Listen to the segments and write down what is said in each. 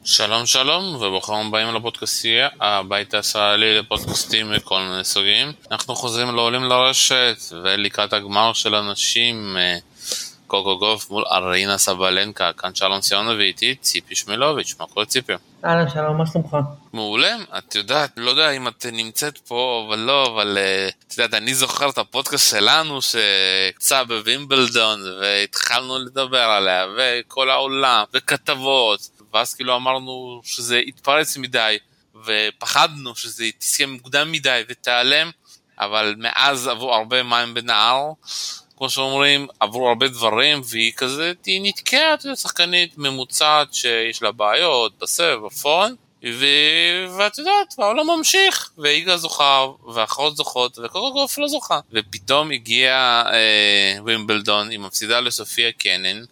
שלום שלום וברוכים הבאים לפודקאסטייה, הבית הישראלי לפודקאסטים מכל מיני סוגים. אנחנו חוזרים לעולים לרשת ולקראת הגמר של אנשים קוקו גוף מול ארינה סבלנקה. כאן שלום ציונה ואיתי ציפי שמילוביץ'. מה קורה ציפי? אהלן שלום, מה שלומך? מעולה. את יודעת, לא יודע אם את נמצאת פה אבל לא, אבל את יודעת, אני זוכר את הפודקאסט שלנו שקצה בווימבלדון והתחלנו לדבר עליה וכל העולם וכתבות, ואז כאילו אמרנו שזה יתפרץ מדי ופחדנו שזה תסיים מוקדם מדי ותיעלם, אבל מאז עברו הרבה מים בנהר, כמו שאומרים, עברו הרבה דברים, והיא כזה היא נתקעת, שחקנית ממוצעת שיש לה בעיות בסבב, בפון, ואת יודעת, העולם ממשיך, ואיגה זוכה, ואחרות זוכות, וקוקו גוף לא זוכה. ופתאום הגיע וימבלדון, היא מפסידה לסופיה קנן,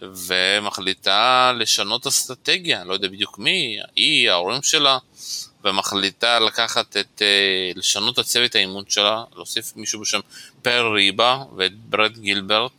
ומחליטה לשנות אסטרטגיה, לא יודע בדיוק מי, היא, ההורים שלה, ומחליטה לקחת לשנות את צוות האימון שלה, להוסיף מישהו בשם פר ריבה ואת ברד גילברט.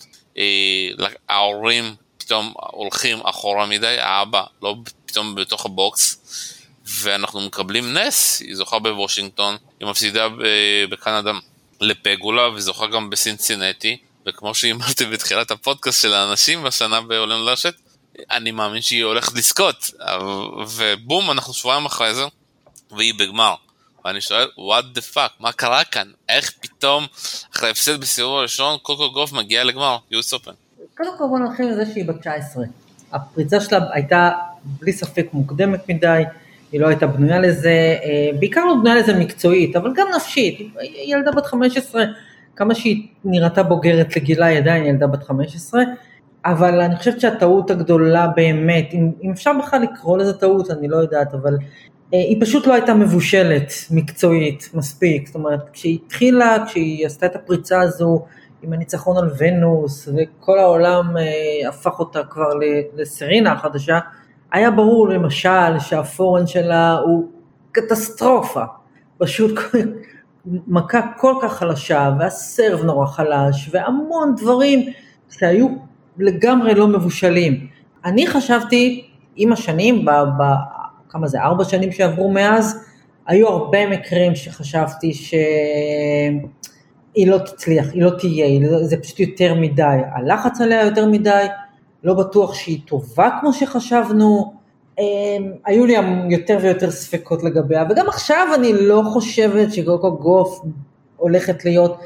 ההורים פתאום הולכים אחורה מדי, האבא לא פתאום בתוך הבוקס, ואנחנו מקבלים נס. היא זוכה בוושינגטון, היא מפסידה בקנדה לפגולה, וזוכה גם בסינסינטי, וכמו שאמרתי בתחילת הפודקאסט של האנשים בשנה בעולם לרשת, אני מאמין שהיא הולכת לזכות, ובום, אנחנו שבועיים אחרי זה והיא בגמר. ואני שואל, what the fuck, מה קרה כאן? איך פתאום אחרי הפסד בסיבוב הראשון קוקו גוף מגיעה לגמר US Open? קודם כל בוא נתחיל לזה שהיא בת 19. הפריצה שלה הייתה בלי ספק מוקדמת מדי, היא לא הייתה בנויה לזה, בעיקר לא בנויה לזה מקצועית, אבל גם נפשית. היא ילדה בת 15, כמה שהיא נראתה בוגרת לגילה, היא עדיין ילדה בת 15, אבל אני חושבת שהטעות הגדולה באמת, אם אפשר בכלל לקרוא לזה טעות, אני לא יודעת, אבל היא פשוט לא הייתה מבושלת מקצועית מספיק. זאת אומרת, כשהיא התחילה, כשהיא עשתה את הפריצה הזו עם הניצחון על ונוס, וכל העולם הפך אותה כבר לסרינה החדשה, היה ברור למשל שהפורן שלה הוא קטסטרופה, פשוט מכה כל כך חלשה, והסרב נורא חלש, והמון דברים שהיו לגמרי לא מבושלים. אני חשבתי עם השנים, כמה זה, 4 שנים שעברו מאז, היו הרבה מקרים שחשבתי שהיא לא תצליח, היא לא תהיה, זה פשוט יותר מדי, הלחץ עליה יותר מדי, לא בטוח שהיא טובה כמו שחשבנו, היו לי יותר ויותר ספקות לגביה, וגם עכשיו אני לא חושבת שקוקו גוף הולכת להיות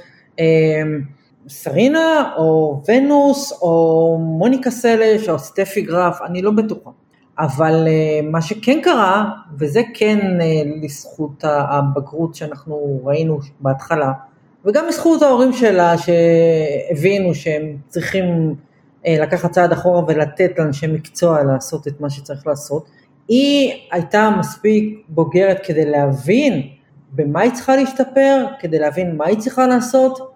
סרינה או ונוס או מוניקה סלש או סטפי גרף, אני לא בטוחה. אבל מה שכן קרה, וזה כן לזכות הבגרות שאנחנו ראינו בהתחלה, וגם לזכות ההורים שלה שהבינו שהם צריכים לקחת צעד אחורה ולתת לאנשי מקצוע לעשות את מה שצריך לעשות, היא הייתה מספיק בוגרת כדי להבין במה היא צריכה להשתפר, כדי להבין מה היא צריכה לעשות,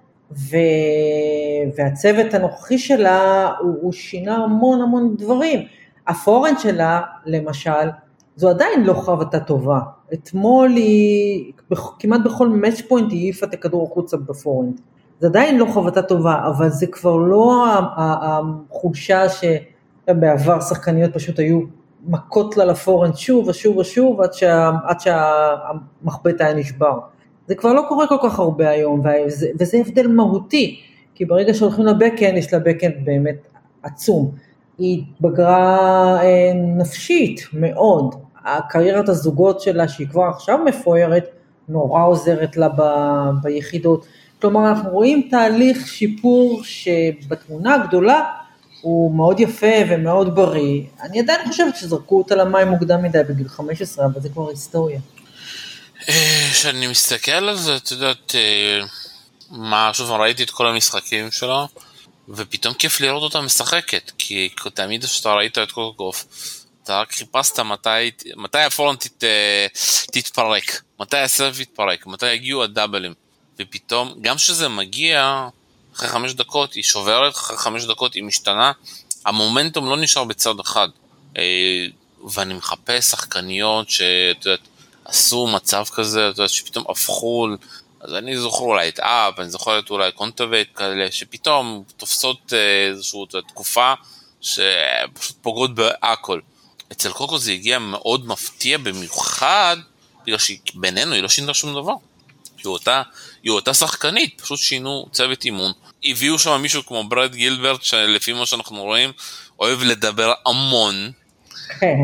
והצוות הנוכחי שלה הוא שינה המון דברים. הפורנד שלה, למשל, זו עדיין לא חבטה טובה. אתמול היא, כמעט בכל מאץ' פוינט היא העיפה את הכדור החוצה בפורנד. זה עדיין לא חבטה טובה, אבל זה כבר לא החולשה שבעבר שחקניות פשוט היו מכות לה לפורנד שוב ושוב עד שהמחבט היה נשבר. זה כבר לא קורה כל כך הרבה היום, וזה הבדל מהותי, כי ברגע שהולכים לבקאנד, יש לבקאנד באמת עצום. היא התבגרה נפשית מאוד, הקריירת הזוגות שלה שהיא כבר עכשיו מפוארת, נורא עוזרת לה ביחידות, כלומר אנחנו רואים תהליך שיפור שבתמונה הגדולה הוא מאוד יפה ומאוד בריא. אני עדיין חושבת שזרקו אותה למים מוקדם מדי בגיל 15, אבל זה כבר היסטוריה. כשאני מסתכל על זה, את יודעת, שוב ראיתי את כל המשחקים שלו, ופתאום כיף לראות אותה משחקת, כי תמיד כשאתה ראית את קוקו גוף, אתה רק חיפשת מתי הפורן תתפרק, מתי הסרב יתפרק, מתי יגיעו הדאבלים, ופתאום, גם שזה מגיע, אחרי 5 דקות היא שוברת, אחרי 5 דקות היא משתנה, המומנטום לא נשאר בצד אחד, ואני מחפש שחקניות שאת יודעת, עשו מצב כזה, את יודעת, שפתאום הפכו, אז אני זוכר אולי את אפ, אני זוכרת אולי קונטובייט כאלה, שפתאום תופסות איזושהי תקופה, שפשוט פוגעות בהכל. אצל קוקו זה הגיע מאוד מפתיע במיוחד, בגלל שבינינו היא לא שינתה שום דבר. היא אותה שחקנית, פשוט שינו צוות אימון. הביאו שם מישהו כמו ברד גילברט, שלפי מה שאנחנו רואים, אוהב לדבר המון. כן,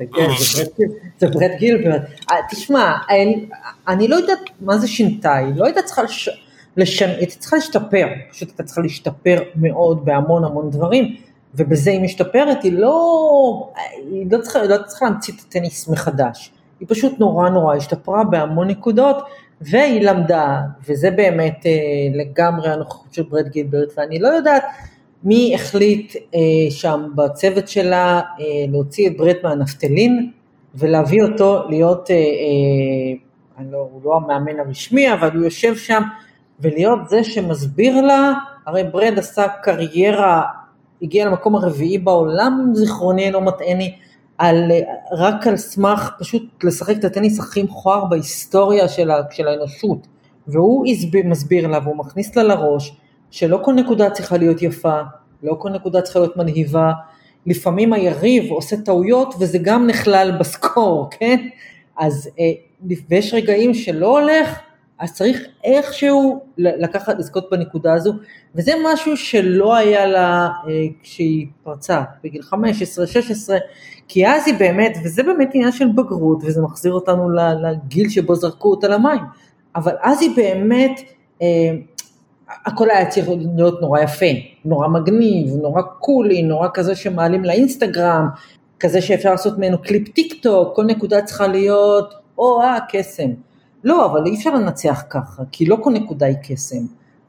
זה ברד גילברט. תשמע, אני לא יודעת מה זה שינתה, היא לא יודעת צריכה להשתפר, פשוט אתה צריכה להשתפר מאוד בהמון המון דברים, ובזה היא משתפרת, היא לא צריכה להמציא את הטניס מחדש, היא פשוט נורא השתפרה בהמון נקודות, והיא למדה, וזה באמת לגמרי הנוכחות של ברד גילברט, ואני לא יודעת מי החליט שם בצוות שלה להוציא את ברד מהנפטלין, ולהביא אותו להיות, הוא לא המאמן הרשמי, אבל הוא יושב שם, ולהיות זה שמסביר לה, הרי ברד עשה קריירה, הגיע למקום הרביעי בעולם, זיכרוני לא מטעני, רק על סמך פשוט לשחק את הטניס הכי מכוער בהיסטוריה של האנושות, והוא מסביר לה, והוא מכניס לה לראש, שלא כל נקודה צריכה להיות יפה, לא כל נקודה צריכה להיות מנהיבה, לפעמים היריב עושה טעויות, וזה גם נכלל בסקור, כן? אז ויש רגעים שלא הולך, אז צריך איכשהו לזכות בנקודה הזו, וזה משהו שלא היה לה כשהיא פרצה, בגיל 15, 16, כי אז היא באמת, וזה באמת עניין של בגרות, וזה מחזיר אותנו לגיל שבו זרקו אותה למים, אבל אז היא באמת, הכל היה צריך להיות נורא יפה, נורא מגניב, נורא קולי, נורא כזה שמעלים לאינסטגרם, כזה שאפשר לעשות ממנו קליפ טיק טוק, כל נקודה צריכה להיות, קסם. לא, אבל אי אפשר לנצח ככה, כי לא כל נקודה היא קסם,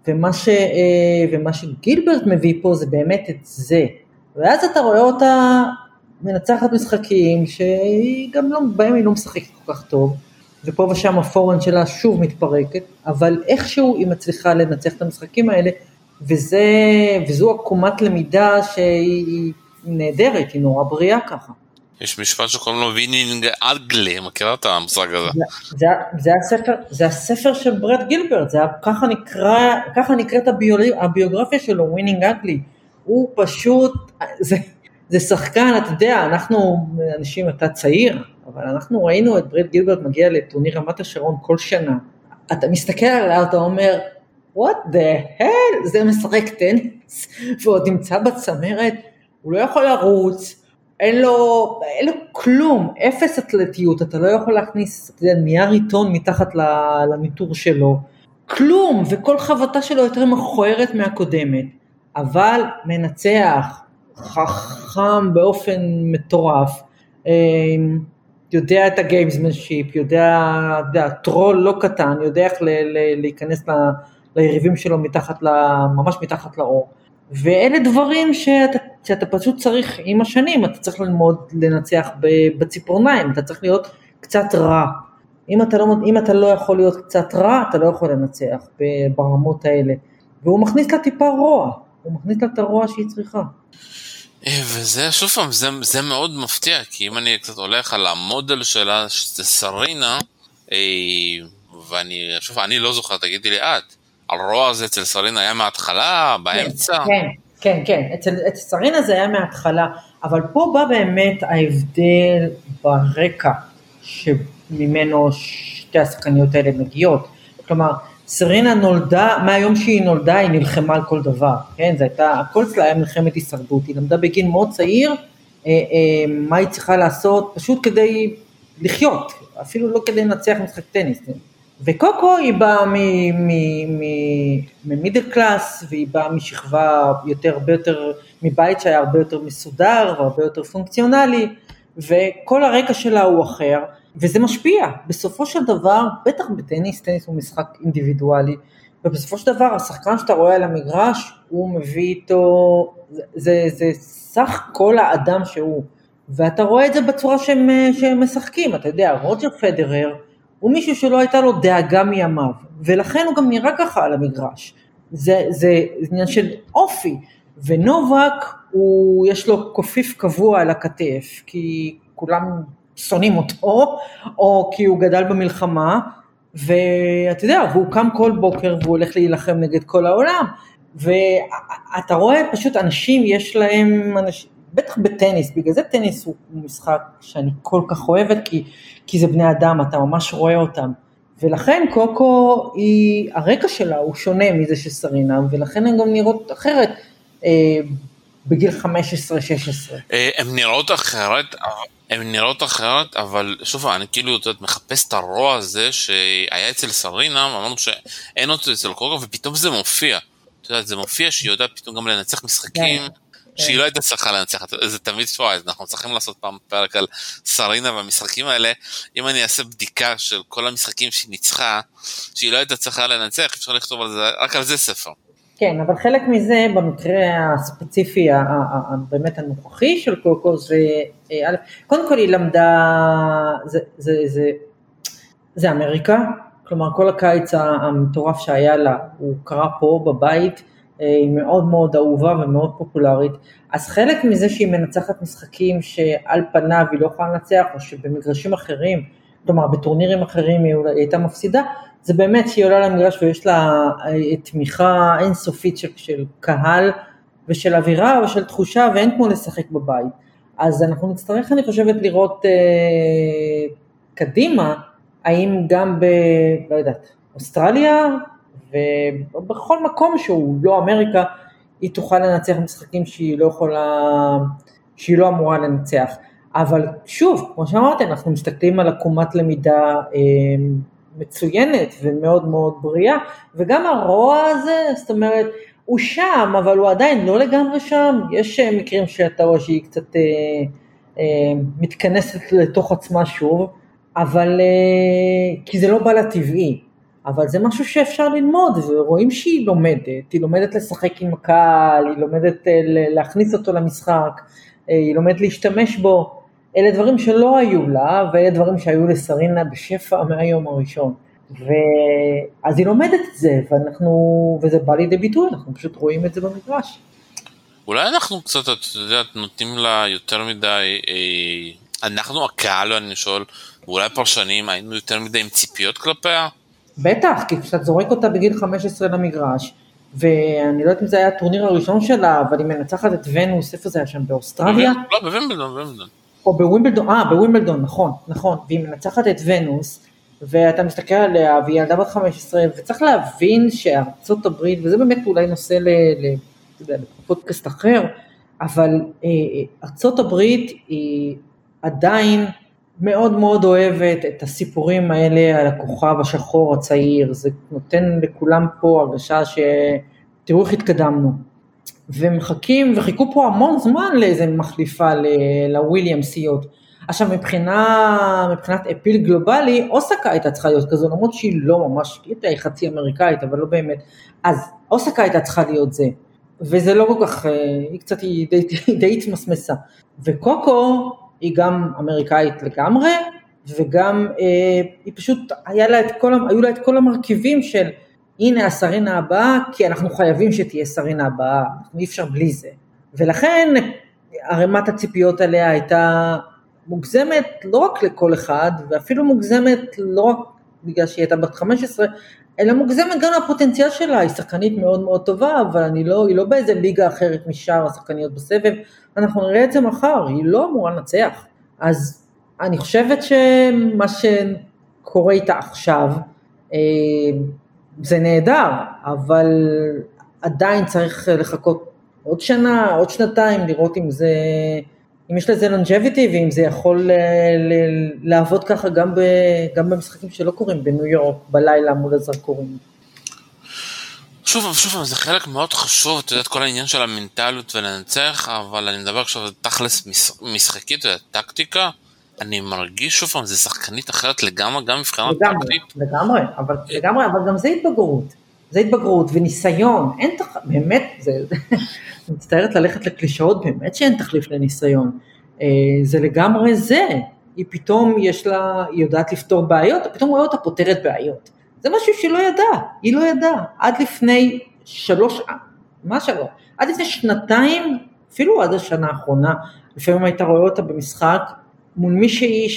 ומה שגילברט מביא פה זה באמת את זה, ואז אתה רואה אותה מנצחת משחקים, שהיא גם לא, בהם היא לא משחקת כל כך טוב, ופה ושם הפורן שלה שוב מתפרקת, אבל איכשהו היא מצליחה לנצח את המשחקים האלה, וזו עקומת למידה שהיא נהדרת, היא נורא בריאה ככה. יש משפט שקוראים לו וינינג אגלי, מכירה את המושג הזה? זה הספר של ברד גילברט, ככה נקראת הביוגרפיה שלו, ווינינג אגלי, הוא פשוט, זה שחקן, אתה יודע, אנחנו אנשים, אתה צעיר, אבל אנחנו ראינו את ברד גילברט מגיע לטורניר רמת השרון כל שנה, אתה מסתכל עליו, אתה אומר, what the hell, זה משחק טניס, ועוד נמצא בצמרת, הוא לא יכול לרוץ, אין לו כלום, אפס אתלטיות, אתה לא יכול להכניס, אתה יודע, נייר עיתון מתחת לניטור שלו, כלום, וכל חוותה שלו יותר מכוערת מהקודמת, אבל מנצח, חכם באופן מטורף, יודע את הגיימסמנשיפ, יודע, טרול לא קטן, יודע איך להיכנס ליריבים שלו ממש מתחת לאור, ואלה דברים שאתה פשוט צריך, עם השנים, אתה צריך ללמוד לנצח בציפורניים, אתה צריך להיות קצת רע, אם אתה לא יכול להיות קצת רע, אתה לא יכול לנצח ברמות האלה, והוא מכניס לה טיפה רוע, הוא מכניס לה את הרוע שהיא צריכה. וזה, שוב פעם, זה מאוד מפתיע, כי אם אני קצת הולך על המודל שלה, שזה סרינה, ואני לא זוכר, תגידי לי את, הרוע הזה אצל סרינה היה מההתחלה, באמצע? כן, אצל סרינה זה היה מההתחלה, אבל פה בא באמת ההבדל ברקע, שממנו שתי השחקניות האלה מגיעות, כלומר, סרינה נולדה, מהיום שהיא נולדה, היא נלחמה על כל דבר, כן, זה הייתה, הכל שלה היה מלחמת הישרדות, היא למדה בגיל מאוד צעיר, מה היא צריכה לעשות, פשוט כדי לחיות, אפילו לא כדי לנצח משחק טניס, וקוקו היא באה ממידל קלאס, והיא באה משכבה הרבה יותר, מבית שהיה הרבה יותר מסודר, והרבה יותר פונקציונלי, וכל הרקע שלה הוא אחר, וזה משפיע, בסופו של דבר, בטח בטניס, טניס הוא משחק אינדיבידואלי, ובסופו של דבר, השחקן שאתה רואה על המגרש, הוא מביא איתו, זה סך כל האדם שהוא, ואתה רואה את זה בצורה שהם משחקים, אתה יודע, רוג'ר פדרר, הוא מישהו שלא הייתה לו דאגה מימיו, ולכן הוא גם נראה ככה על המגרש, זה עניין של אופי, ונובק, יש לו קופיף קבוע על הכתף, כי כולם שונאים אותו, או כי הוא גדל במלחמה, ואתה יודע, והוא קם כל בוקר, והוא הולך להילחם נגד כל העולם, ואתה רואה פשוט אנשים, יש להם, בטח בטניס, בגלל זה טניס הוא משחק שאני כל כך אוהבת, כי זה בני אדם, אתה ממש רואה אותם, ולכן קוקו, הרקע שלה הוא שונה מזה של סרינה, ולכן הן גם נראות אחרת, בגיל 15-16. הן נראות אחרת, אבל שוב, אני כאילו מחפש את הרוע הזה שהיה אצל סרינה, אמרנו שאין אותו אצל קוקו, ופתאום זה מופיע. אתה יודע, זה מופיע שהיא יודעת פתאום גם לנצח משחקים, שהיא לא הייתה צריכה לנצח, זה תמיד פועל, אנחנו צריכים לעשות פעם פרק על סרינה והמשחקים האלה, אם אני אעשה בדיקה של כל המשחקים שהיא ניצחה, שהיא לא הייתה צריכה לנצח, אפשר לכתוב על זה, רק על זה ספר. כן, אבל חלק מזה, במקרה הספציפי, באמת הנוכחי של קוקו, זה, קודם כל היא למדה, זה אמריקה, כלומר כל הקיץ המטורף שהיה לה, הוא קרה פה בבית, היא מאוד מאוד אהובה ומאוד פופולרית, אז חלק מזה שהיא מנצחת משחקים שעל פניו היא לא יכולה לנצח, או שבמגרשים אחרים, כלומר בטורנירים אחרים היא הייתה מפסידה, זה באמת שהיא עולה למגרש ויש לה תמיכה אינסופית של קהל, ושל אווירה ושל תחושה, ואין כמו לשחק בבית. אז אנחנו נצטרך, אני חושבת, לראות קדימה, האם גם לא יודעת, אוסטרליה, ובכל מקום שהוא לא אמריקה, היא תוכל לנצח משחקים שהיא לא יכולה, שהיא לא אמורה לנצח. אבל שוב, כמו שאמרתי, אנחנו מסתכלים על עקומת למידה מצוינת ומאוד מאוד בריאה, וגם הרוע הזה, זאת אומרת, הוא שם, אבל הוא עדיין לא לגמרי שם. יש מקרים שאתה רואה שהיא קצת מתכנסת לתוך עצמה שוב, אבל כי זה לא בא לטבעי. אבל זה משהו שאפשר ללמוד, ורואים שהיא לומדת, היא לומדת לשחק עם הקהל, היא לומדת להכניס אותו למשחק, היא לומדת להשתמש בו, אלה דברים שלא היו לה, ואלה דברים שהיו לסרינה בשפע מהיום הראשון, אז היא לומדת את זה, וזה בא לידי ביטוי, אנחנו פשוט רואים את זה במגרש. אולי אנחנו קצת, אתה יודע, נותנים לה יותר מדי, אנחנו הקהל, אני שואל, ואולי פרשנים, היינו יותר מדי עם ציפיות כלפיה? בטח, כי כשאת זורק אותה בגיל 15 למגרש, ואני לא יודעת אם זה היה הטורניר הראשון שלה, אבל היא מנצחת את ונוס, איפה זה היה שם, באוסטרליה? לא, בווימבלדון. או בווימבלדון, נכון, והיא מנצחת את ונוס, ואתה מסתכל עליה, והיא ילדה בת 15, וצריך להבין שארצות הברית, וזה באמת אולי נושא לפודקאסט אחר, אבל ארצות הברית היא עדיין מאוד מאוד אוהבת את הסיפורים האלה על הכוכב השחור הצעיר, זה נותן לכולם פה הרגשה שתראו איך התקדמנו, ומחכים וחיכו פה המון זמן לאיזה מחליפה לוויליאמסיות. עכשיו מבחינת אפיל גלובלי, אוסקה הייתה צריכה להיות כזו, למרות שהיא לא ממש, היא חצי אמריקאית, אבל לא באמת, אז אוסקה הייתה צריכה להיות זה, וזה לא כל כך, היא קצת די התמסמסה, וקוקו היא גם אמריקאית לגמרי, וגם היא פשוט, היו לה את כל המרכיבים של, הנה הסרינה הבאה, כי אנחנו חייבים שתהיה סרינה הבאה, אי אפשר בלי זה. ולכן הרמת הציפיות עליה הייתה מוגזמת לא רק לכל אחד, ואפילו מוגזמת לא רק בגלל שהיא הייתה בת 15, אלא מוגזמת גם לפוטנציאל שלה, היא שחקנית מאוד מאוד טובה, אבל היא לא באיזה ליגה אחרת משאר השחקניות בסבב, אנחנו נראה את זה מחר, היא לא אמורה לנצח. אז אני חושבת שמה שקורה איתה עכשיו, זה נהדר, אבל עדיין צריך לחכות עוד שנה, עוד שנתיים, לראות אם יש לזה longevity, ואם זה יכול לעבוד ככה גם במשחקים שלא קורים בניו יורק, בלילה מול הזרקורים. שוב, זה חלק מאוד חשוב, אתה יודעת, כל העניין של המנטליות ולנצח, אבל אני מדבר עכשיו תכלס משחקית, טקטיקה, אני מרגיש שוב, זה שחקנית אחרת לגמרי, גם מבחינת טקטית. לגמרי, אבל גם זה התבגרות. זה התבגרות וניסיון, באמת, אני מצטערת ללכת לקלישאות, באמת שאין תחליף לניסיון. זה לגמרי זה, היא פתאום היא יודעת לפתור בעיות, פתאום רואה אותה פותרת בעיות. זה משהו היא לא ידעה, עד לפני עד לפני שנתיים, אפילו עד השנה האחרונה, לפעמים היית רואה אותה במשחק, מול מישהי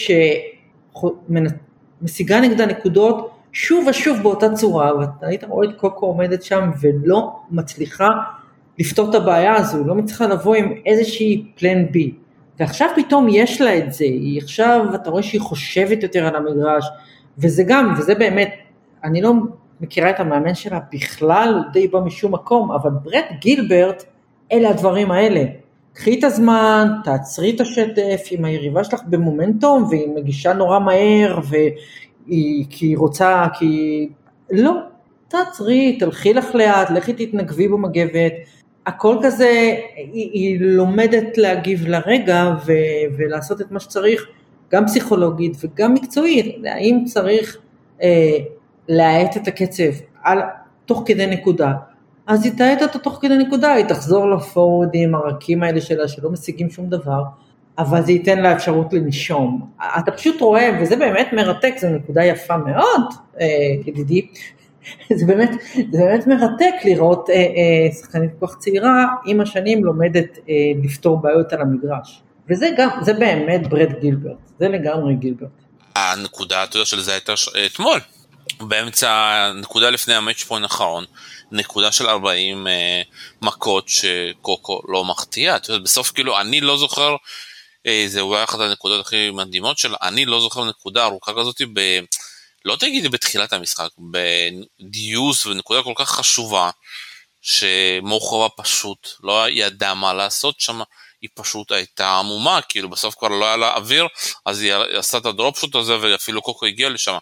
שמשיגה נגדה נקודות, שוב ושוב באותה צורה, ואתה היית רואה את קוקו עומדת שם, ולא מצליחה לפתור את הבעיה הזו, לא מצליחה לבוא עם איזושהי פלן בי, ועכשיו פתאום יש לה את זה, היא עכשיו, אתה רואה שהיא חושבת יותר על המגרש, וזה באמת, אני לא מכירה את המאמן שלה בכלל, הוא די בא משום מקום, אבל ברד גילברט, אלה הדברים האלה, קחי את הזמן, תעצרי את השטף, עם היריבה שלך במומנטום, והיא מגישה נורא מהר, כי היא רוצה, לא, תעצרי, תלכי לך לאט, לכי תתנגבי במגבת, הכל כזה, היא לומדת להגיב לרגע, ולעשות את מה שצריך, גם פסיכולוגית וגם מקצועית, האם צריך להאט את הקצב, תוך כדי נקודה, אז היא תאט אותו תוך כדי נקודה, היא תחזור לפורדים הרכים האלה שלה, שלא משיגים שום דבר, אבל זה ייתן לה אפשרות לנשום. אתה פשוט רואה, וזה באמת מרתק, זו נקודה יפה מאוד, ידידי, זה באמת מרתק לראות שחקנית כל כך צעירה, עם השנים לומדת לפתור בעיות על המגרש. וזה באמת ברד גילברט, זה לגמרי גילברט. הנקודה, אתה יודע, של זה הייתה אתמול, באמצע הנקודה לפני המאץ' פוינט האחרון, נקודה של 40 מכות שקוקו לא מחטיאה, אתה יודע, בסוף כאילו אני לא זוכר, זה אולי אחת הנקודות הכי מדהימות שלה, אני לא זוכר נקודה ארוכה כזאת, לא תגידי בתחילת המשחק, בדיוס ונקודה כל כך חשובה, שמורחבה פשוט לא ידעה מה לעשות שם, היא פשוט הייתה עמומה, כאילו בסוף כבר לא היה לה אוויר, אז היא עשתה את הדרופ שוט הזה, ואפילו קוקו הגיע לשם.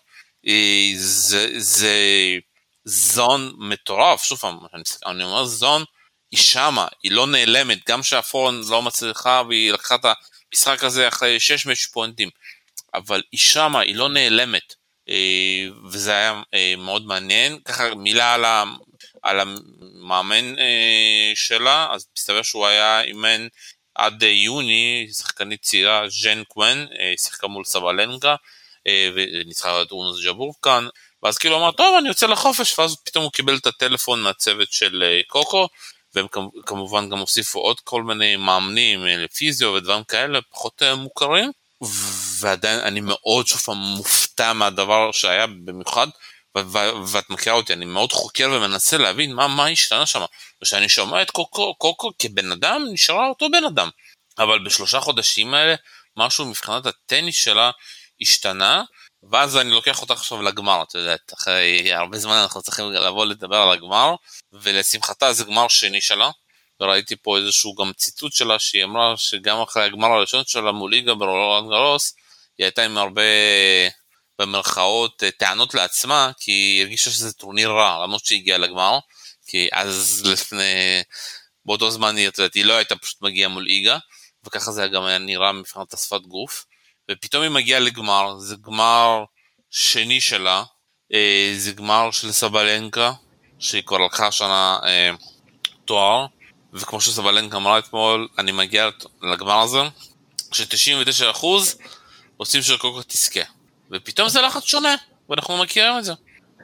זה זון מטורף, שוב פעם, אני אומר זון, היא שמה, היא לא נעלמת, גם שהפורן לא מצליחה, והיא לקחה את המשחק הזה אחרי 600 פוינטים, אבל היא שמה, היא לא נעלמת, וזה היה מאוד מעניין. ככה מילה על המאמן שלה, אז מסתבר שהוא היה אימן עד יוני, שחקנית צעירה, ז'ן קוון, שיחקה מול סבלנקה, וניצחה את אונוס ג'בור כאן, ואז כאילו אמר, טוב, אני יוצא לחופש, ואז פתאום הוא קיבל את הטלפון מהצוות של קוקו, והם כמובן גם הוסיפו עוד כל מיני מאמנים, פיזיו ודברים כאלה, פחות מוכרים, ועדיין אני מאוד שוב מופתע מהדבר שהיה במיוחד, ואת מכירה אותי, אני מאוד חוקר ומנסה להבין מה השתנה שם, ושאני שומע את קוקו כבן אדם, נשארה אותו בן אדם, אבל בשלושה חודשים האלה, משהו מבחינת הטניס שלה השתנה, ואז אני לוקח אותך עכשיו לגמר, אתה יודעת, אחרי הרבה זמן אנחנו צריכים לבוא לדבר על הגמר, ולשמחתה זה גמר שני שלה, וראיתי פה איזשהו גם ציטוט שלה, שהיא אמרה שגם אחרי הגמר הראשון שלה מול ליגה ברולנד גארוס, היא הייתה עם הרבה במרכאות טענות לעצמה, כי היא הרגישה שזה טורניר רע, למרות שהיא הגיעה לגמר, כי אז לפני, באותו זמן היא לא הייתה פשוט מגיעה מול ליגה, וככה זה גם היה נראה מבחינת השפת גוף, ופתאום היא מגיעה לגמר, זה גמר שני שלה, זה גמר של סבלנקה, שהיא כבר לקחה שנה תואר, וכמו שסבלנקה אמרה אתמול, אני מגיע לגמר הזה, ש99% רוצים שקוקו תזכה, ופתאום זה לחץ שונה, ואנחנו מכירים את זה.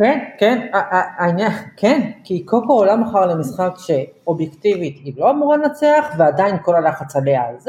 כן, כי קוקו עולה מחר למשחק שאובייקטיבית היא לא אמורה לנצח, ועדיין כל הלחץ עליה, זה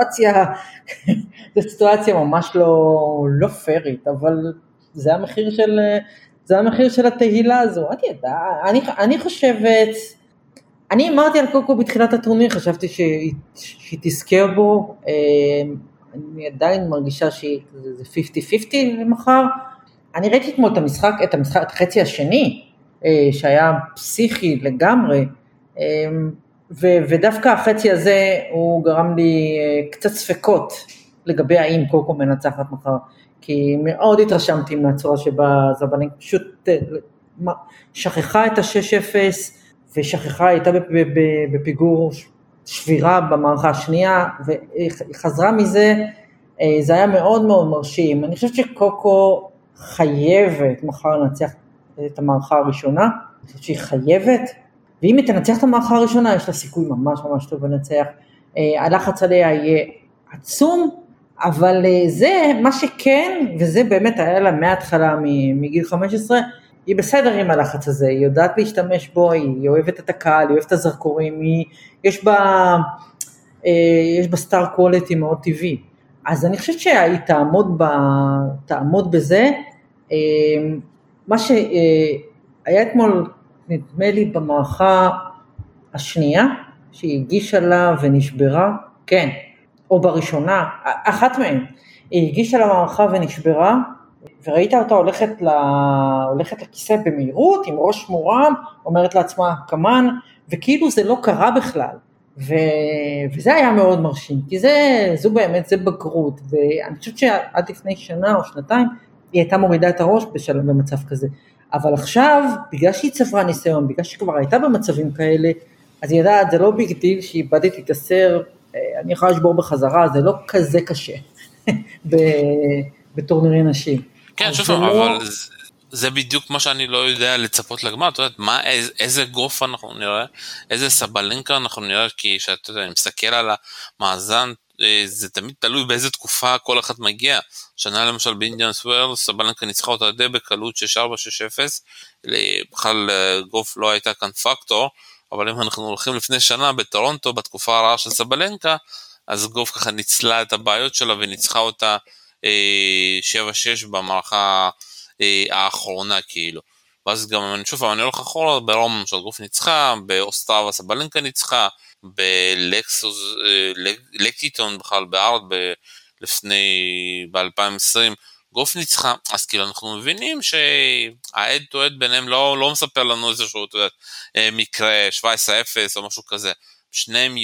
סיטואציה ממש לא פרית, אבל זה המחיר של התהילה הזו. אני חושבת, אני אמרתי על קוקו בתחילת הטורניר, חשבתי שהיא תזכה בו, אני עדיין מרגישה שזה 50-50 למחר, אני ראיתי אתמול את החצי השני, שהיה פסיכי לגמרי, ודווקא החצי הזה הוא גרם לי קצת ספקות לגבי האם קוקו מנצחת מחר, כי מאוד התרשמתי מהצורה שבה סבלנקה פשוט שכחה את ה-6-0, ושכחה, הייתה בפיגור שבירה במערכה השנייה, והיא חזרה מזה, זה היה מאוד מאוד מרשים. אני חושבת שקוקו חייבת מחר לנצח את המערכה הראשונה, אני חושבת שהיא חייבת, ואם היא תנצח את המערכה הראשונה, יש לה סיכוי ממש ממש טוב לנצח, הלחץ עליה יהיה עצום, אבל זה מה שכן, וזה באמת היה לה מההתחלה מגיל 15, היא בסדר עם הלחץ הזה, היא יודעת להשתמש בו, היא אוהבת את הקהל, היא אוהבת את הזרקורים, יש בה סטאר קואליטי מאוד טבעי, אז אני חושבת שהיא תעמוד בזה, מה שהיה אתמול נדמה לי במערכה השנייה, שהיא הגישה לה ונשברה, כן, או בראשונה, אחת מהן, היא הגישה לה מערכה ונשברה, וראית אותה הולכת לכיסא במהירות, עם ראש מורם, אומרת לעצמה כמן, וכאילו זה לא קרה בכלל, וזה היה מאוד מרשים, כי זו באמת, זה בגרות, ואני חושבת שעד לפני שנה או שנתיים, היא הייתה מורידה את הראש במצב כזה, אבל עכשיו, בגלל שהיא צברה ניסיון, בגלל שהיא כבר הייתה במצבים כאלה, אז היא יודעת, זה לא ביג דיל שאיבדתי את הסר, אני יכולה לשבור בחזרה, זה לא כזה קשה, בטורנירי נשים. כן, שוב, אבל זה בדיוק מה שאני לא יודע לצפות לגמר, אתה יודעת, איזה גוף אנחנו נראה, איזה סבלנקה אנחנו נראה, כי שאתה יודע, אני מסתכל על המאזן, זה תמיד תלוי באיזה תקופה כל אחד מגיע. שנה למשל באינדיאנס ווילס, סבלנקה ניצחה אותה די בקלות 6-4-6-0, בכלל גוף לא הייתה כאן פקטור, אבל אם אנחנו הולכים לפני שנה בטורונטו, בתקופה הרעה של סבלנקה, אז גוף ככה ניצלה את הבעיות שלה וניצחה אותה 7-6 במערכה האחרונה כאילו. ואז גם אני הולך אחורה ברום של גוף ניצחה, באוסטרבה סבלנקה ניצחה, בלקטיטון בכלל בארד ב-2020 גוף ניצחה, אז כאילו אנחנו מבינים שהעד תועד ביניהם לא מספר לנו איזשהו מקרה 17-0 או משהו כזה, שניהם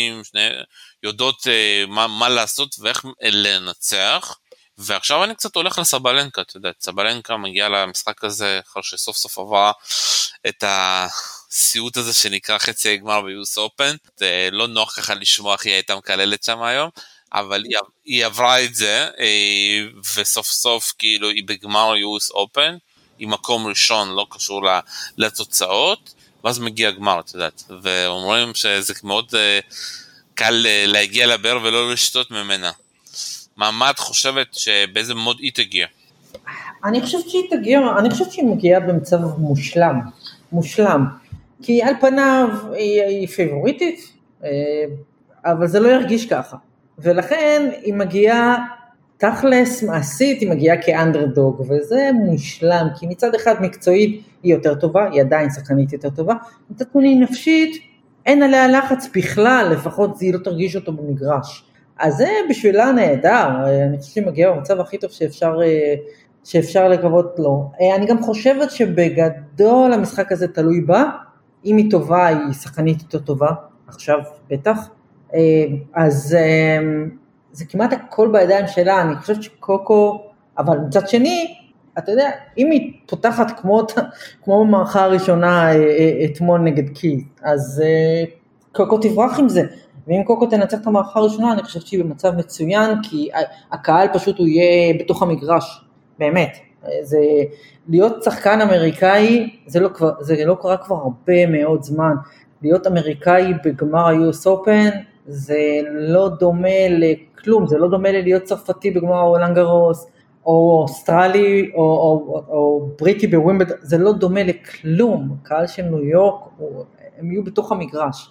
יודעות מה לעשות ואיך לנצח. ועכשיו אני קצת הולך לסבלנקה, אתה יודע, סבלנקה מגיעה למשחק הזה אחר שסוף סוף עברה את הסיוט הזה שנקרא חצי הגמר ביוס אופן, זה לא נוח ככה לשמוע איך היא הייתה מקללת שם היום, אבל היא עברה את זה, וסוף סוף כאילו היא בגמר יוס אופן, היא מקום ראשון, לא קשור לתוצאות, ואז מגיע גמר, אתה יודעת, ואומרים שזה מאוד קל להגיע לבר ולא לשתות ממנה. מה את חושבת שבאיזה מוד היא תגיע? אני חושבת שהיא מגיעה במצב מושלם, כי על פניו היא פייבוריטית, אבל זה לא ירגיש ככה, ולכן היא מגיעה תכלס מעשית, היא מגיעה כאנדרדוג, וזה מושלם, כי מצד אחד מקצועית היא יותר טובה, היא עדיין שחקנית יותר טובה, מצד שני נפשית, אין עליה לחץ בכלל, לפחות היא לא תרגיש אותו במגרש, אז זה בשבילה נהדר, אני חושבת שהיא מגיעה במצב הכי טוב שאפשר לקוות לו. אני גם חושבת שבגדול המשחק הזה תלוי בה, אם היא טובה, היא שחקנית יותר טובה, עכשיו בטח, אז זה כמעט הכל בידיים שלה, אני חושבת שקוקו, אבל מצד שני, אתה יודע, אם היא פותחת כמו במערכה הראשונה אתמול נגד קי, אז קוקו תברח עם זה, ואם קוקו תנצח את המערכה הראשונה, אני חושבת שהיא במצב מצוין, כי הקהל פשוט הוא יהיה בתוך המגרש, באמת, זה להיות שחקן אמריקאי, זה לא קרה כבר הרבה מאוד זמן, להיות אמריקאי בגמר ה-US Open, זה לא דומה לכלום, זה לא דומה להיות צרפתי בגמר רולאן גארוס, או אוסטרלי, או בריטי בווימבלדון, זה לא דומה לכלום, הקהל של ניו יורק, הם יהיו בתוך המגרש,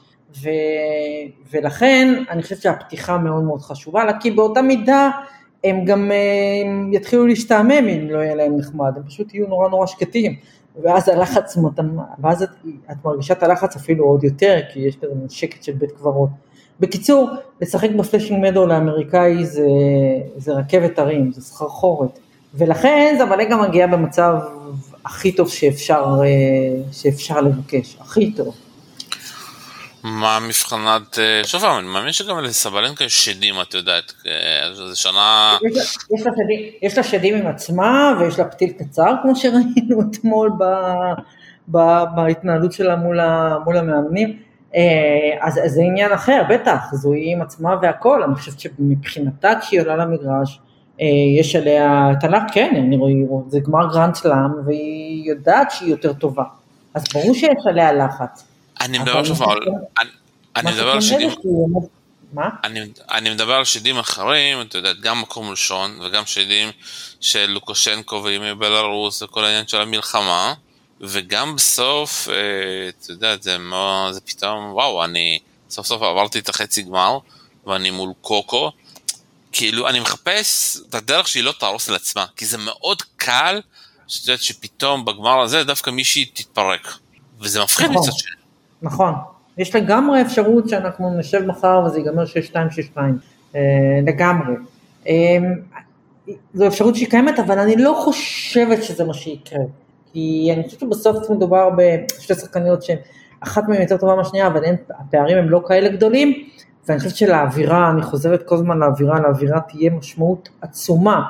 ולכן אני חושבת שהפתיחה מאוד מאוד חשובה, כי באותה מידה הם גם יתחילו להשתעמם אם לא יהיה להם נחמד, הם פשוט יהיו נורא נורא שקטים, ואז הלחץ, ואז את מרגישה את הלחץ אפילו עוד יותר, כי יש כזה שקט של בית קברות. בקיצור, לשחק בפלשינג מדו לאמריקאי זה רכבת הרים, זה סחרחורת, ולכן זה אבל גם מגיע במצב הכי טוב שאפשר לבקש, הכי טוב. מה מבחנת, שוב, אני מאמין שגם לסבלנקה יש שדים, את יודעת, זה שנה... יש לה שדים עם עצמה, ויש לה פתיל קצר, כמו שראינו אתמול בהתנהלות שלה מול המאמנים, אז זה עניין אחר, בטח, זו היא עם עצמה והכל, אני חושבת שמבחינתה כשהיא עולה למגרש, יש עליה תנך, כן, זה גמר גרנד סלאם, והיא יודעת שהיא יותר טובה, אז ברור שיש עליה לחץ. אני מדבר על שדים אחרים, אתה יודעת, גם מקום ראשון, וגם שדים של לוקושנקו וימי בלרוס, וכל העניין של המלחמה, וגם בסוף, אתה יודעת, זה פתאום, וואו, אני סוף סוף עברתי את החצי גמר, ואני מול קוקו, כאילו, אני מחפש את הדרך שהיא לא תהרוס על עצמה, כי זה מאוד קל, שאתה יודעת, שפתאום בגמר הזה, דווקא מישהי תתפרק, וזה מפחיד מצד שני. נכון, יש לגמרי אפשרות שאנחנו נשב מחר וזה ייגמר 6-2, לגמרי. זו אפשרות שהיא קיימת, אבל אני לא חושבת שזה מה שיקרה, כי אני חושבת שבסוף מדובר בשתי שחקניות שהן, אחת מהן יותר טובה מהשנייה, אבל הפערים הם לא כאלה גדולים, ואני חושבת שלאווירה, אני חוזרת כל הזמן לאווירה תהיה משמעות עצומה,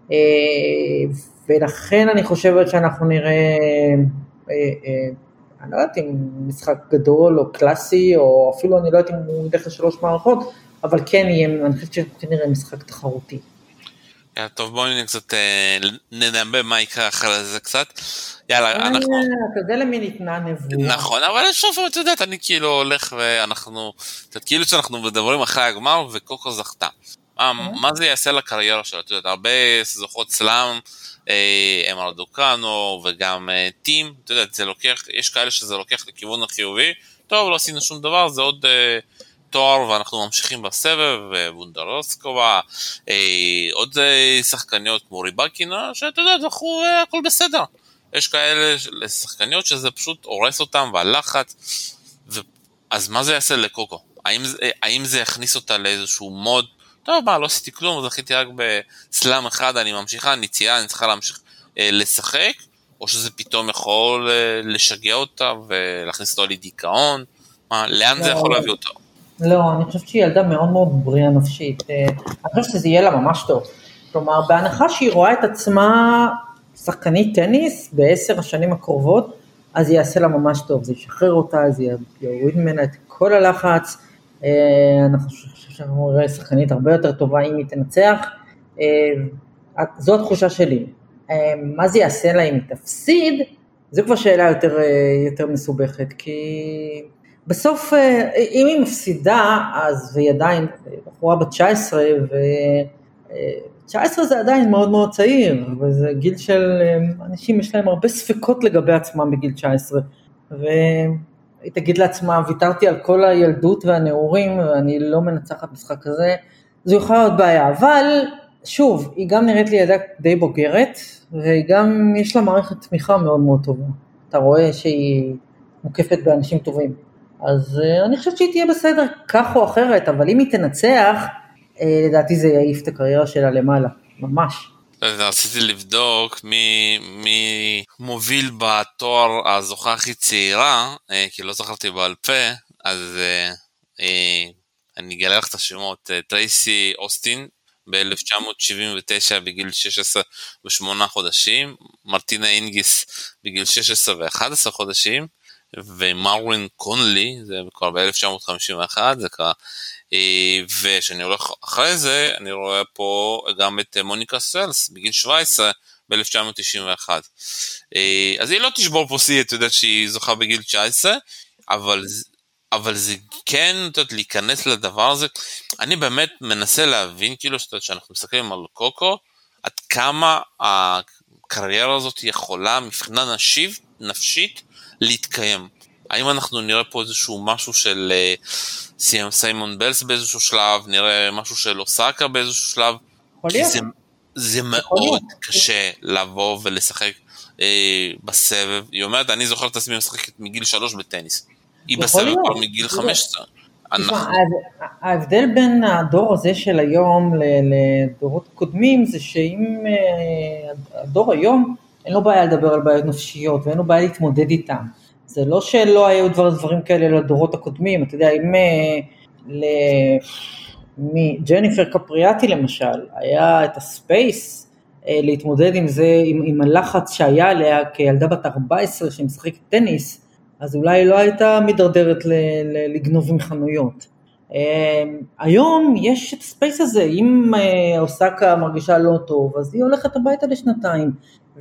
ולכן אני חושבת שאנחנו נראה, אני לא יודעת אם משחק גדול או קלאסי, או אפילו אני לא יודעת אם הוא ילך ל3 מערכות, אבל כן יהיה, אני חושבת שכנראה משחק תחרותי. טוב, בואו קצת נדבר מה יקרה אחרי זה קצת. יאללה, אנחנו... אתה יודע למי ניתנה נבואה. נכון, אבל שוב, את יודעת, אני כאילו הולך ואנחנו... כאילו שאנחנו מדברים אחרי הגמר וקוקו זכתה. מה זה יעשה לקריירה שלה? את יודעת, הרבה זוכות סלאם, אמר דוקנו וגם טים, את יודעת, זה לוקח, יש כאלה שזה לוקח לכיוון החיובי, טוב, לא עשינו שום דבר, זה עוד... תואר ואנחנו ממשיכים בסבב, בונדרוסקובה, עוד שחקניות כמו ריבקינה, שאתה יודע, זכו, הכל בסדר. יש כאלה שחקניות שזה פשוט הורס אותם והלחץ, אז מה זה יעשה לקוקו? האם זה יכניס אותה לאיזשהו מוד? טוב, לא עשיתי כלום, זכיתי רק בסלאם אחד, אני ממשיכה, אני צריכה להמשיך לשחק, או שזה פתאום יכול לשגע אותה ולהכניס אותה לדיכאון? לאן זה יכול להביא אותה? לא, אני חושבת שהיא ילדה מאוד מאוד בריאה נפשית, אני חושבת שזה יהיה לה ממש טוב, כלומר, בהנחה שהיא רואה את עצמה שחקנית טניס ב10 השנים הקרובות, אז יעשה לה ממש טוב, זה ישחרר אותה, זה יוריד ממנה את כל הלחץ, אני חושב שאנחנו נראה שחקנית הרבה יותר טובה אם היא תנצח, זו התחושה שלי, מה זה יעשה לה אם היא תפסיד, זו כבר שאלה יותר מסובכת, כי... בסוף, אם היא מפסידה, אז והיא עדיין בחורה בת 19, ו-19 זה עדיין מאוד מאוד צעיר, וזה גיל של אנשים, יש להם הרבה ספקות לגבי עצמם בגיל 19, והיא תגיד לעצמה, ויתרתי על כל הילדות והנעורים, ואני לא מנצחת משחק כזה, זו יכולה להיות בעיה, אבל שוב, היא גם נראית לי ילדה די בוגרת, והיא גם, יש לה מערכת תמיכה מאוד מאוד טובה, אתה רואה שהיא מוקפת באנשים טובים, אז אני חושבת שהיא תהיה בסדר כך או אחרת, אבל אם היא תנצח, לדעתי זה יעיף את הקריירה שלה למעלה, ממש. רציתי לבדוק מי מוביל בתואר הזוכה הכי צעירה, כי לא זכרתי בעל פה, אז אני אגלה לך את השמות, טרייסי אוסטין, ב-1979 בגיל 16 ו8 חודשים, מרטינה אינגיס בגיל 16 ו11 חודשים, ומרווין קונלי, זה כבר ב-1951, זה קרה, ושאני הולך אחרי זה, אני רואה פה גם את מוניקה סלס, בגיל 17, ב-1991. אז היא לא תשבור פה סי, את יודעת שהיא זוכה בגיל 19, אבל זה כן, את יודעת, להיכנס לדבר הזה, אני באמת מנסה להבין, כאילו, שאנחנו מסתכלים על קוקו, עד כמה הקריירה הזאת יכולה, מבחינה נפשית, להתקיים. האם אנחנו נראה פה איזשהו משהו של סיימון בלס באיזשהו שלב, נראה משהו של אוסקה באיזשהו שלב, כי זה מאוד קשה לבוא ולשחק בסבב. היא אומרת, אני זוכר את עצמי משחקת מגיל 3 בטניס. היא בסבב כבר מגיל 15. ההבדל בין הדור הזה של היום לדורות קודמים, זה שאם הדור היום, אין לו בעיה לדבר על בעיות נפשיות, ואין לו בעיה להתמודד איתם. זה לא שלא היו דברים כאלה לדורות הקודמים, אתה יודע, אם ג'ניפר קפריאטי למשל, היה את הספייס להתמודד עם זה, עם הלחץ שהיה עליה כילדה בת 14 שמשחקת טניס, אז אולי לא הייתה מדרדרת לגנוב עם חנויות. היום יש את הספייס הזה, אם אוסקה מרגישה לא טוב, אז היא הולכת הביתה לשנתיים,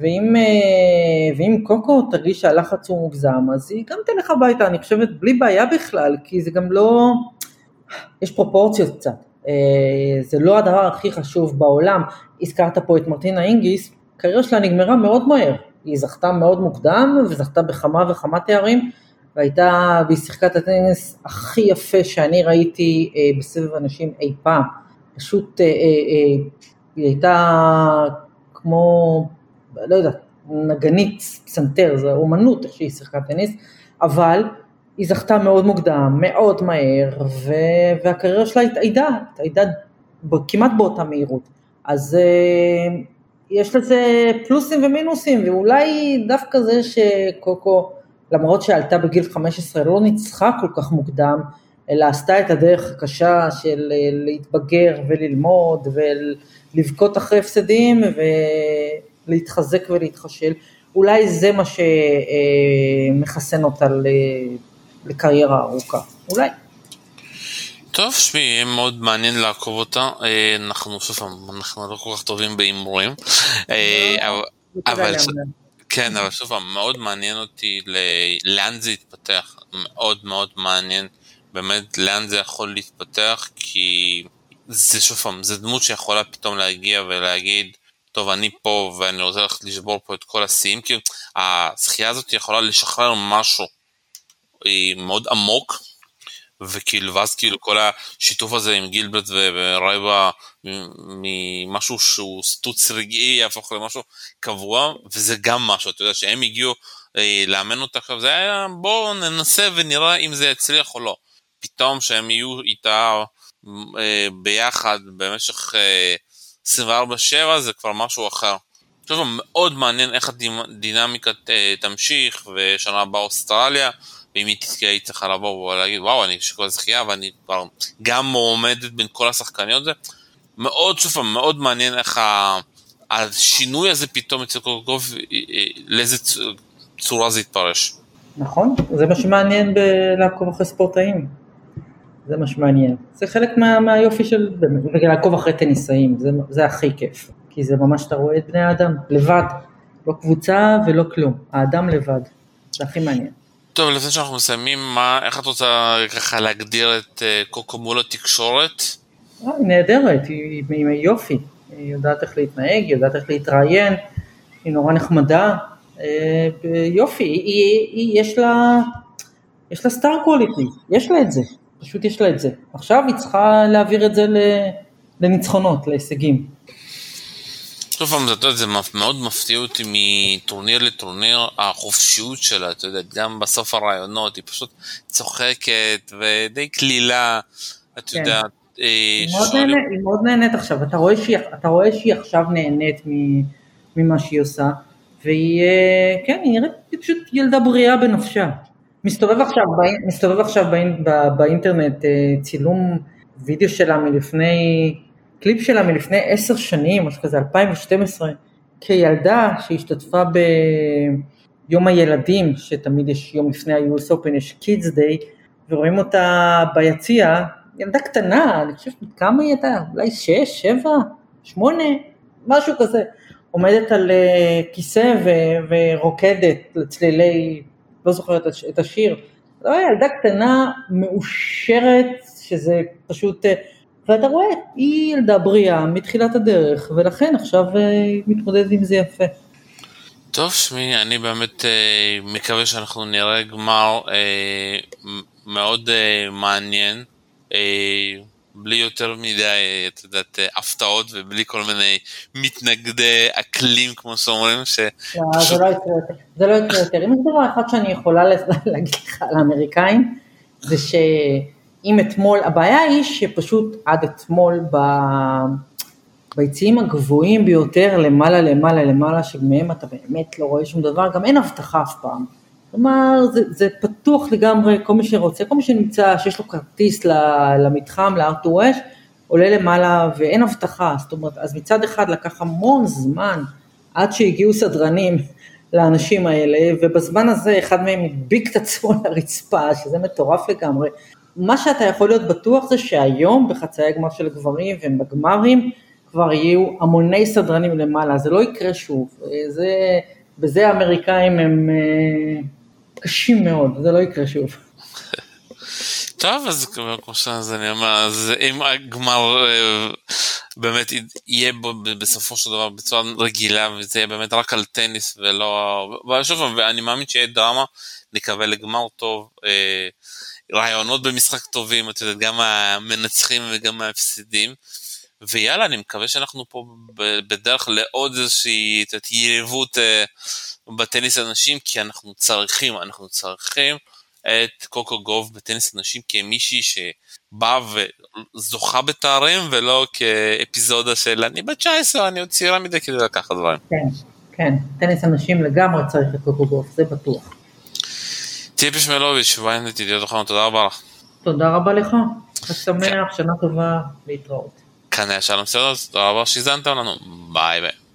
ואם קוקו תרגיש שהלחץ הוא מוגזם, אז היא גם תלך הביתה, אני חושבת, בלי בעיה בכלל, כי זה גם לא, יש פרופורציות קצת, זה לא הדבר הכי חשוב בעולם, הזכרת פה את מרטינה אינגיס, הקריירה שלה נגמרה מאוד מהר, היא זכתה מאוד מוקדם, וזכתה בכמה וכמה תארים, והיא שיחקה את הטניס הכי יפה שאני ראיתי בסבב אנשים אי פעם, פשוט היא הייתה כמו, לא יודעת, נגנית פסנתר, זו אומנות איך שהיא שיחקה טניס, אבל היא זכתה מאוד מוקדם, מאוד מהר, והקריירה שלה התאיידה כמעט באותה מהירות. אז יש לזה פלוסים ומינוסים, ואולי דווקא זה שקוקו, למרות שעלתה בגיל 15, לא ניצחה כל כך מוקדם, אלא עשתה את הדרך הקשה של להתבגר וללמוד, ולבכות אחרי הפסדים, ולהתחזק ולהתחשל. אולי זה מה שמחסן אותה לקריירה ארוכה, אולי. טוב, שמי, יהיה מאוד מעניין לעקוב אותה. אנחנו לא כל כך טובים בהימורים. כן, אבל שוב, מאוד מעניין אותי לאן זה יתפתח. מאוד מאוד מעניין באמת לאן זה יכול להתפתח, כי זה שוב, זה דמות שיכולה פתאום להגיע ולהגיד, טוב, אני פה ואני רוצה ללכת לשבור פה את כל השיאים, כי הזכייה הזאת יכולה לשחרר משהו מאוד עמוק, וכאילו, ואז כאילו כל השיתוף הזה עם גילברט ורייבה ממשהו שהוא סטוץ רגעי יהפוך למשהו קבוע, וזה גם משהו, אתה יודע, שהם הגיעו לאמן אותה עכשיו, זה היה בואו ננסה ונראה אם זה יצליח או לא, פתאום שהם יהיו איתה ביחד במשך 24/7 זה כבר משהו אחר. עכשיו מאוד מעניין איך הדינמיקה תמשיך, ושנה הבאה אוסטרליה, ואם היא תתקעה היא צריכה לבוא ולהגיד וואו אני שכל זכייה ואני כבר גם מועמדת בין כל השחקניות, זה מאוד שוב מאוד מעניין איך השינוי הזה פתאום אצל קוקוב, לאיזה צורה זה יתפרש. נכון, זה מה שמעניין בלעקוב אחרי ספורטאים, זה מה שמעניין, זה חלק מהיופי של לעקוב אחרי טניסאים, זה הכי כיף, כי זה ממש אתה רואה את בני האדם לבד, לא קבוצה ולא כלום, האדם לבד, זה הכי מעניין. טוב, לפני שאנחנו מסיימים, איך את רוצה ככה להגדיר את קוקו מול התקשורת? היא נהדרת, היא יופי, היא יודעת איך להתנהג, היא יודעת איך להתראיין, היא נורא נחמדה, יופי, יש לה סטאר קווליטי, יש לה את זה, פשוט יש לה את זה. עכשיו היא צריכה להעביר את זה לניצחונות, להישגים. טוב, זה מאוד מפתיע אותי מטורניר לטורניר, החופשיות שלה, אתה יודע, גם בסוף הרעיונות, היא פשוט צוחקת ודי כלילה, אתה יודע. היא מאוד נהנית עכשיו, אתה רואה שהיא עכשיו נהנית ממה שהיא עושה, והיא, כן, היא נראית פשוט ילדה בריאה בנפשה. מסתובב עכשיו באינטרנט צילום וידאו שלה קליפ שלה מלפני 10 שנים, משהו כזה, 2012, כילדה שהשתתפה ביום הילדים, שתמיד יש יום לפני ה-US Open, יש Kids Day, ורואים אותה ביציע, ילדה קטנה, אני חושב כמה היא הייתה, אולי 6, 7, 8, משהו כזה, עומדת על כיסא ורוקדת לצלילי, לא זוכרת את השיר, זו ילדה קטנה מאושרת, שזה פשוט, ואתה רואה, היא ילדה בריאה מתחילת הדרך, ולכן עכשיו היא מתמודדת עם זה יפה. טוב, שמי, אני באמת מקווה שאנחנו נראה גמר מאוד מעניין, בלי יותר מדי, את יודעת, הפתעות, ובלי כל מיני מתנגדי אקלים, כמו שאומרים, זה לא יקרה יותר. אם יש דבר אחד שאני יכולה להגיד לך על האמריקאים, זה שאם אתמול, הבעיה היא שפשוט עד אתמול ביציעים הגבוהים ביותר, למעלה, שמהם אתה באמת לא רואה שום דבר, גם אין הבטחה אף פעם. כלומר, זה פתוח לגמרי, כל מי שרוצה, כל מי שנמצא, שיש לו כרטיס למתחם, לארתור אש, עולה למעלה ואין הבטחה, זאת אומרת, אז מצד אחד לקח המון זמן, עד שהגיעו סדרנים לאנשים האלה, ובזמן הזה אחד מהם הדביק את עצמו לרצפה, שזה מטורף לגמרי. מה שאתה יכול להיות בטוח זה שהיום, בחצאי הגמר של הגברים ובגמרים, כבר יהיו המוני סדרנים למעלה, זה לא יקרה שוב, בזה האמריקאים הם קשים מאוד, זה לא יקרה שוב. טוב, אז כמו שאני אומר, אז אם הגמר באמת יהיה בו בסופו של דבר בצורה רגילה, וזה יהיה באמת רק על טניס ולא, ואני מאמין שיהיה דרמה, נקווה לגמר טוב, רעיונות במשחק טובים, את יודעת, גם המנצחים וגם ההפסידים, ויאללה, אני מקווה שאנחנו פה בדרך לעוד איזושהי יריבות בטניס אנשים, כי אנחנו צריכים את קוקו גוף בטניס הנשים כמישהי שבאה וזוכה בתארים, ולא כאפיזודה של אני בת 19, אני עוד צעירה מדי כדי לקחת דברים. כן, כן, טניס הנשים לגמרי צריך את קוקו גוף, זה בטוח. ציפי שמלוביץ', ויינט ידיעות אחרונות, תודה רבה לך. תודה רבה לך, שמח, שנה טובה, להתראות. כאן היה שלום סרדוס, תודה רבה שהזנתם לנו, ביי ביי.